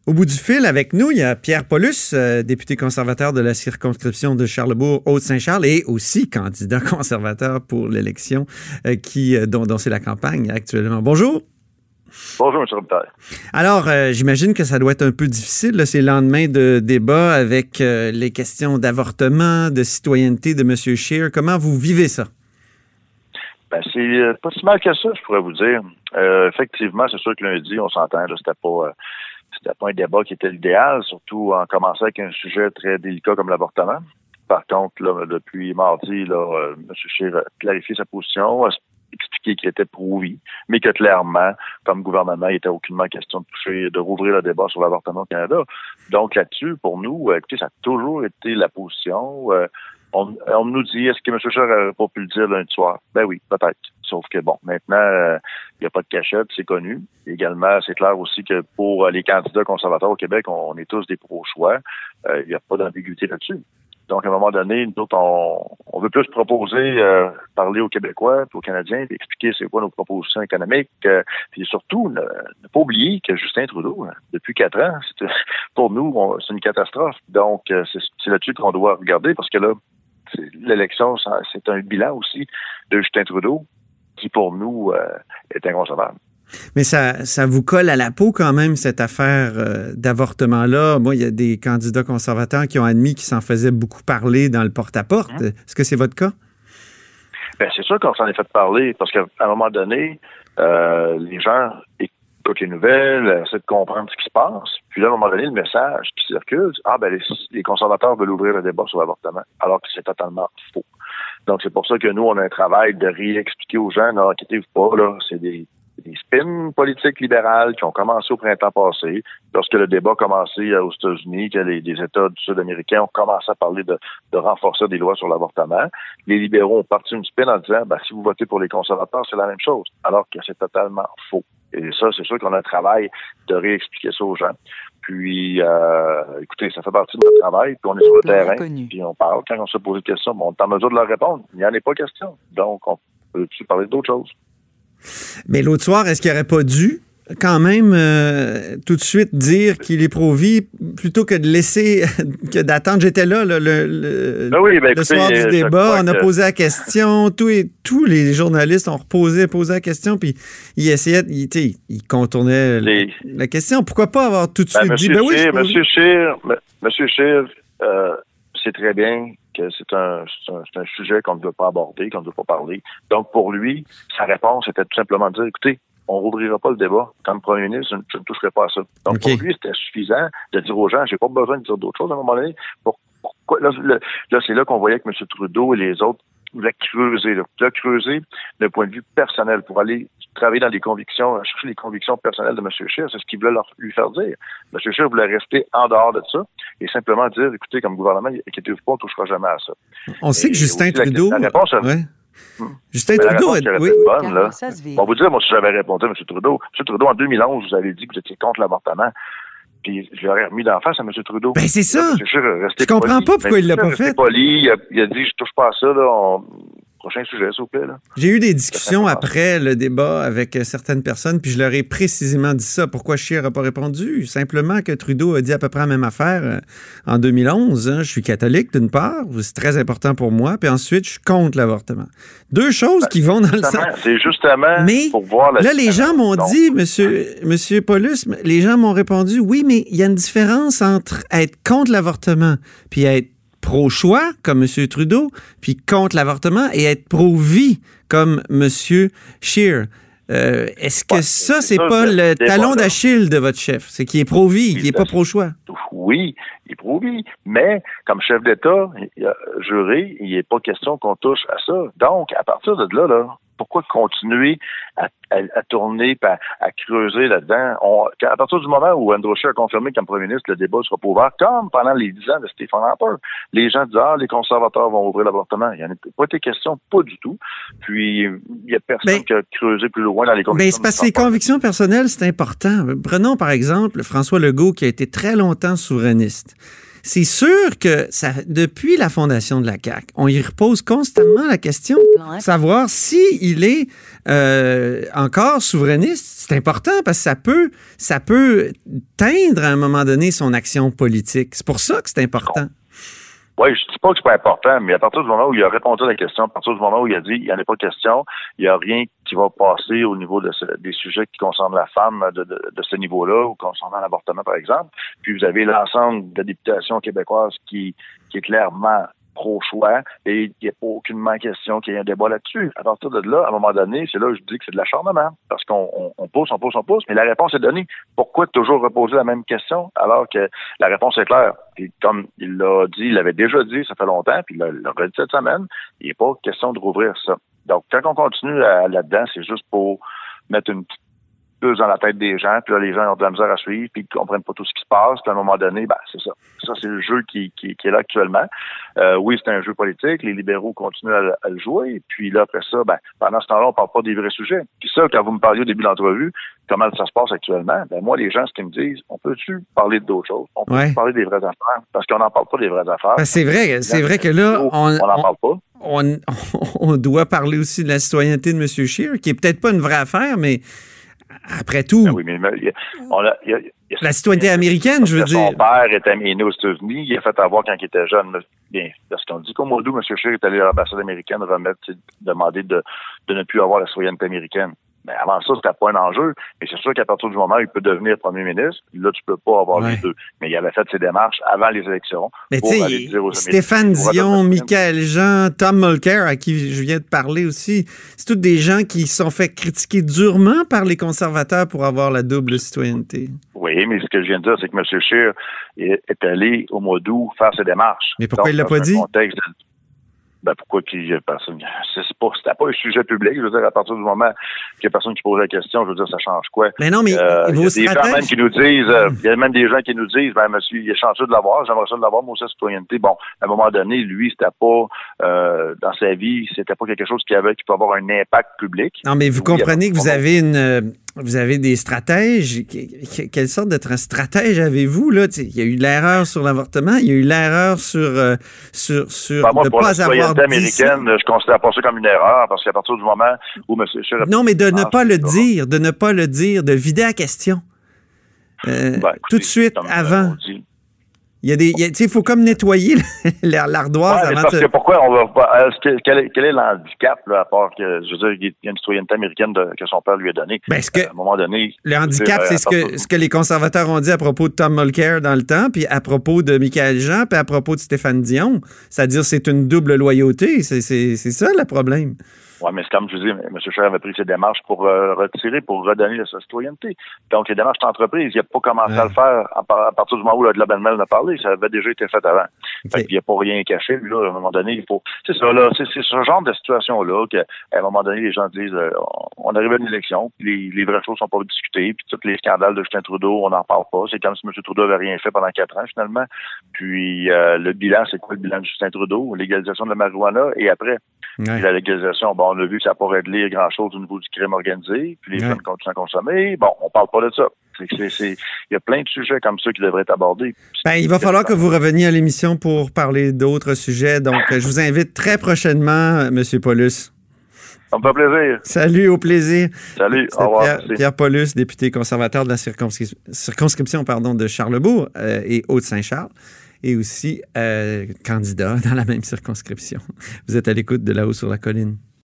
Au bout du fil, avec nous, il y a Pierre Paulus, député conservateur de la circonscription de Charlesbourg-Haute-Saint-Charles et aussi candidat conservateur pour l'élection dont c'est la campagne actuellement. Bonjour. Bonjour, M. Robitaille. Alors, j'imagine que ça doit être un peu difficile, là, ces lendemains de débat avec les questions d'avortement, de citoyenneté de M. Scheer. Comment vous vivez ça? Ben, c'est pas si mal que ça, je pourrais vous dire. Effectivement, c'est sûr que lundi, on s'entend, là, c'était pas un débat qui était l'idéal, surtout en commençant avec un sujet très délicat comme l'avortement. Par contre, là, depuis mardi, là, M. Scheer a clarifié sa position, a expliqué qu'il était pro-vie, mais que clairement, comme gouvernement, il n'était aucunement question de rouvrir le débat sur l'avortement au Canada. Donc là-dessus, pour nous, écoutez, ça a toujours été la position. On nous dit, est-ce que M. Scheer n'aurait pas pu le dire lundi soir? Ben oui, peut-être. Sauf que, bon, maintenant, il n'y a pas de cachette, c'est connu. Également, c'est clair aussi que pour les candidats conservateurs au Québec, on est tous des pro-choix. Il n'y a pas d'ambiguïté là-dessus. Donc, à un moment donné, nous autres, on veut plus proposer, parler aux Québécois puis aux Canadiens, puis expliquer c'est quoi nos propositions économiques. Puis surtout, ne pas oublier que Justin Trudeau, depuis 4 ans, pour nous, c'est une catastrophe. Donc, c'est là-dessus qu'on doit regarder, parce que là, l'élection, c'est un bilan aussi de Justin Trudeau qui, pour nous, est inconcevable. Mais ça vous colle à la peau quand même, cette affaire d'avortement-là. Moi, il y a des candidats conservateurs qui ont admis qu'ils s'en faisaient beaucoup parler dans le porte-à-porte. Est-ce que c'est votre cas? Bien, c'est sûr qu'on s'en est fait parler, parce qu'à un moment donné, les gens écoutent les nouvelles, essaient de comprendre ce qui se passe. Puis là, à un moment donné, le message qui circule, les conservateurs veulent ouvrir le débat sur l'avortement, alors que c'est totalement faux. Donc, c'est pour ça que nous, on a un travail de réexpliquer aux gens, non, inquiétez-vous pas, là, c'est des spins politiques libérales qui ont commencé au printemps passé, lorsque le débat a commencé aux États-Unis, que les États du Sud-américain ont commencé à parler de renforcer des lois sur l'avortement. Les libéraux ont parti une spin en disant, si vous votez pour les conservateurs, c'est la même chose, alors que c'est totalement faux. Et ça, c'est sûr qu'on a un travail de réexpliquer ça aux gens. Puis, écoutez, ça fait partie de notre travail, puis on est sur le terrain, puis on parle. Quand on se pose des questions, on est en mesure de leur répondre. Il n'y en a pas question. Donc, on peut parler d'autres choses. Mais l'autre soir, est-ce qu'il n'aurait pas dû quand même tout de suite dire qu'il est pro-vie plutôt que de laisser, que d'attendre? J'étais là le soir du débat, on a posé la question, tous les journalistes ont posé la question, puis ils essayaient, ils contournaient la question. Pourquoi pas avoir tout de suite dit, Monsieur Scheer, c'est très bien que c'est un sujet qu'on ne veut pas aborder, qu'on ne veut pas parler. Donc, pour lui, sa réponse était tout simplement de dire, écoutez, on rouvrira pas le débat. Comme premier ministre, je ne toucherai pas à ça. Donc, pour lui, c'était suffisant de dire aux gens, j'ai pas besoin de dire d'autres choses à un moment donné. Pourquoi? Là, c'est là qu'on voyait que M. Trudeau et les autres voulaient creuser. Creuser d'un point de vue personnel pour aller travailler dans les convictions, chercher les convictions personnelles de M. Scheer. C'est ce qu'il voulait lui faire dire. M. Scheer voulait rester en dehors de ça et simplement dire, écoutez, comme gouvernement, inquiétez-vous pas, on ne touchera jamais à ça. On sait que Justin Trudeau... La réponse... Justin Trudeau... bonne, là. On vous dire, moi, si j'avais répondu à M. Trudeau, en 2011, vous avez dit que vous étiez contre l'avortement. Puis je l'aurais remis d'en face à M. Trudeau. Ben c'est ça. Je comprends pas pourquoi il l'a pas fait. Poli, il a dit, je touche pas à ça, là. Prochain sujet, s'il vous plaît. Là. J'ai eu des discussions après le débat avec certaines personnes, puis je leur ai précisément dit ça. Pourquoi Scheer n'a pas répondu? Simplement que Trudeau a dit à peu près la même affaire en 2011. Je suis catholique, d'une part, c'est très important pour moi, puis ensuite, je suis contre l'avortement. Deux choses qui vont dans le sens. C'est justement mais pour voir la là, les gens m'ont dit, monsieur Paulus, les gens m'ont répondu, oui, mais il y a une différence entre être contre l'avortement puis être pro-choix, comme M. Trudeau, puis contre l'avortement, et être pro-vie, comme M. Scheer. Est-ce que ça, c'est pas le talon d'Achille de votre chef? C'est qu'il est pro-vie, il n'est pas pro-choix. Oui, il est pro-vie, mais comme chef d'État, juré, il n'est pas question qu'on touche à ça. Donc, à partir de là, pourquoi continuer à tourner, à creuser là-dedans? À partir du moment où Andrew Scheer a confirmé comme premier ministre, le débat ne sera pas ouvert, comme pendant les 10 ans de Stephen Harper, les gens disent, les conservateurs vont ouvrir l'avortement. Il n'y en a pas été question, pas du tout. Puis, il n'y a personne qui a creusé plus loin dans les convictions. Mais c'est parce que les convictions personnelles, c'est important. Prenons, par exemple, François Legault, qui a été très longtemps souverainiste. c'est sûr que depuis la fondation de la CAQ, on y repose constamment la question de savoir s'il est encore souverainiste. C'est important parce que ça peut teindre à un moment donné son action politique. C'est pour ça que c'est important. Oui, je ne dis pas que c'est pas important, mais à partir du moment où il a répondu à la question, à partir du moment où il a dit il n'y en a pas question, il n'y a rien qui va passer au niveau des sujets qui concernent la femme de ce niveau-là, ou concernant l'avortement, par exemple. Puis vous avez l'ensemble de la députation québécoise qui est clairement pro-choix, et il n'y a pas aucunement question qu'il y ait un débat là-dessus. À partir de là, à un moment donné, c'est là que je dis que c'est de l'acharnement, parce qu'on pousse, mais la réponse est donnée. Pourquoi toujours reposer la même question alors que la réponse est claire? Et comme il l'a dit, il l'avait déjà dit, ça fait longtemps, puis il l'a redit cette semaine, il n'est pas question de rouvrir ça. Donc, quand on continue là-dedans, c'est juste pour mettre une petite puce dans la tête des gens, puis là, les gens ont de la misère à suivre, puis ils ne comprennent pas tout ce qui se passe, puis à un moment donné, c'est ça. Ça, c'est le jeu qui est là actuellement. Oui, c'est un jeu politique, les libéraux continuent à le jouer, puis là, après ça, pendant ce temps-là, on ne parle pas des vrais sujets. Puis ça, quand vous me parliez au début de l'entrevue, comment ça se passe actuellement, moi, les gens, ce qu'ils me disent, on peut-tu parler d'autres choses? On peut parler des vraies affaires? Parce qu'on n'en parle pas des vraies affaires. C'est vrai que là, on n'en parle pas. On doit parler aussi de la citoyenneté de M. Scheer, qui est peut-être pas une vraie affaire, mais après tout, oui, mais la citoyenneté américaine, je veux dire. Son père était né aux États-Unis, il a fait avoir quand il était jeune. Bien, parce qu'on dit qu'au mois d'août, M. Scheer est allé à l'ambassade américaine demander de ne plus avoir la citoyenneté américaine. Mais avant ça, c'était pas un enjeu. Mais c'est sûr qu'à partir du moment où il peut devenir premier ministre, là, tu peux pas avoir les deux. Mais il avait fait ses démarches avant les élections. Mais tu sais, Stéphane Dion, Michaël Jean, Tom Mulcair, à qui je viens de parler aussi, c'est tous des gens qui se sont fait critiquer durement par les conservateurs pour avoir la double citoyenneté. Oui, mais ce que je viens de dire, c'est que M. Scheer est allé au mois d'août faire ses démarches. Mais pourquoi il l'a pas dit? Pourquoi personne? C'était pas un sujet public. Je veux dire, à partir du moment qu'il y a personne qui pose la question, je veux dire, ça change quoi? Mais non, mais il y a des gens même qui nous disent, il y a même des gens qui nous disent, monsieur, il est chanceux de l'avoir, j'aimerais ça de l'avoir, moi aussi, la citoyenneté. Bon, à un moment donné, lui, c'était pas, dans sa vie, c'était pas quelque chose qui peut avoir un impact public. Non, mais vous comprenez que vous avez des stratèges. Quelle sorte de stratège avez-vous, là? Il y a eu l'erreur sur l'avortement, il y a eu l'erreur sur moi, pour la citoyenneté américaine, je considère pas ça comme une erreur, parce qu'à partir du moment où M. Scheer... Non, mais de ne pas le dire, de vider la question. Tout de suite, avant. Il faut comme nettoyer l'ardoise avant parce que pourquoi on va pas. Quel est l'handicap, là, à part que, je veux dire, il y a une citoyenneté américaine que son père lui a donnée. À un moment donné. Le handicap, c'est ce que les conservateurs ont dit à propos de Tom Mulcair dans le temps, puis à propos de Michaël Jean, puis à propos de Stéphane Dion. C'est-à-dire, c'est une double loyauté. C'est ça le problème. Oui, mais c'est comme je vous dis, M. Scheer avait pris ses démarches pour redonner sa citoyenneté. Donc, les démarches d'entreprise, il n'a pas commencé à le faire à partir du moment où le Globe and Mail en a parlé. Ça avait déjà été fait avant. Okay. Fait qu'il n'y a pas rien caché. Puis là, à un moment donné, il faut... C'est ça, là. C'est ce genre de situation-là qu'à un moment donné, les gens disent on arrive à une élection, puis les vraies choses sont pas discutées, puis tous les scandales de Justin Trudeau, on n'en parle pas. C'est comme si M. Trudeau avait rien fait pendant 4 ans, finalement. Puis le bilan, c'est quoi le bilan de Justin Trudeau? Légalisation de la marijuana, et après, la légalisation, on a vu que ça n'a pas réglé grand-chose au niveau du crime organisé, puis les jeunes continuent à consommer. Bon, on parle pas de ça. Il y a plein de sujets comme ça qui devraient être abordés. Il va falloir que vous reveniez à l'émission pour parler d'autres sujets. Donc, je vous invite très prochainement, M. Paulus. Ça me fait plaisir. Salut, au plaisir. Salut, au revoir. Pierre Paulus, député conservateur de la circonscription de Charlesbourg et Haute-Saint-Charles, et aussi candidat dans la même circonscription. Vous êtes à l'écoute de Là-haut sur la colline.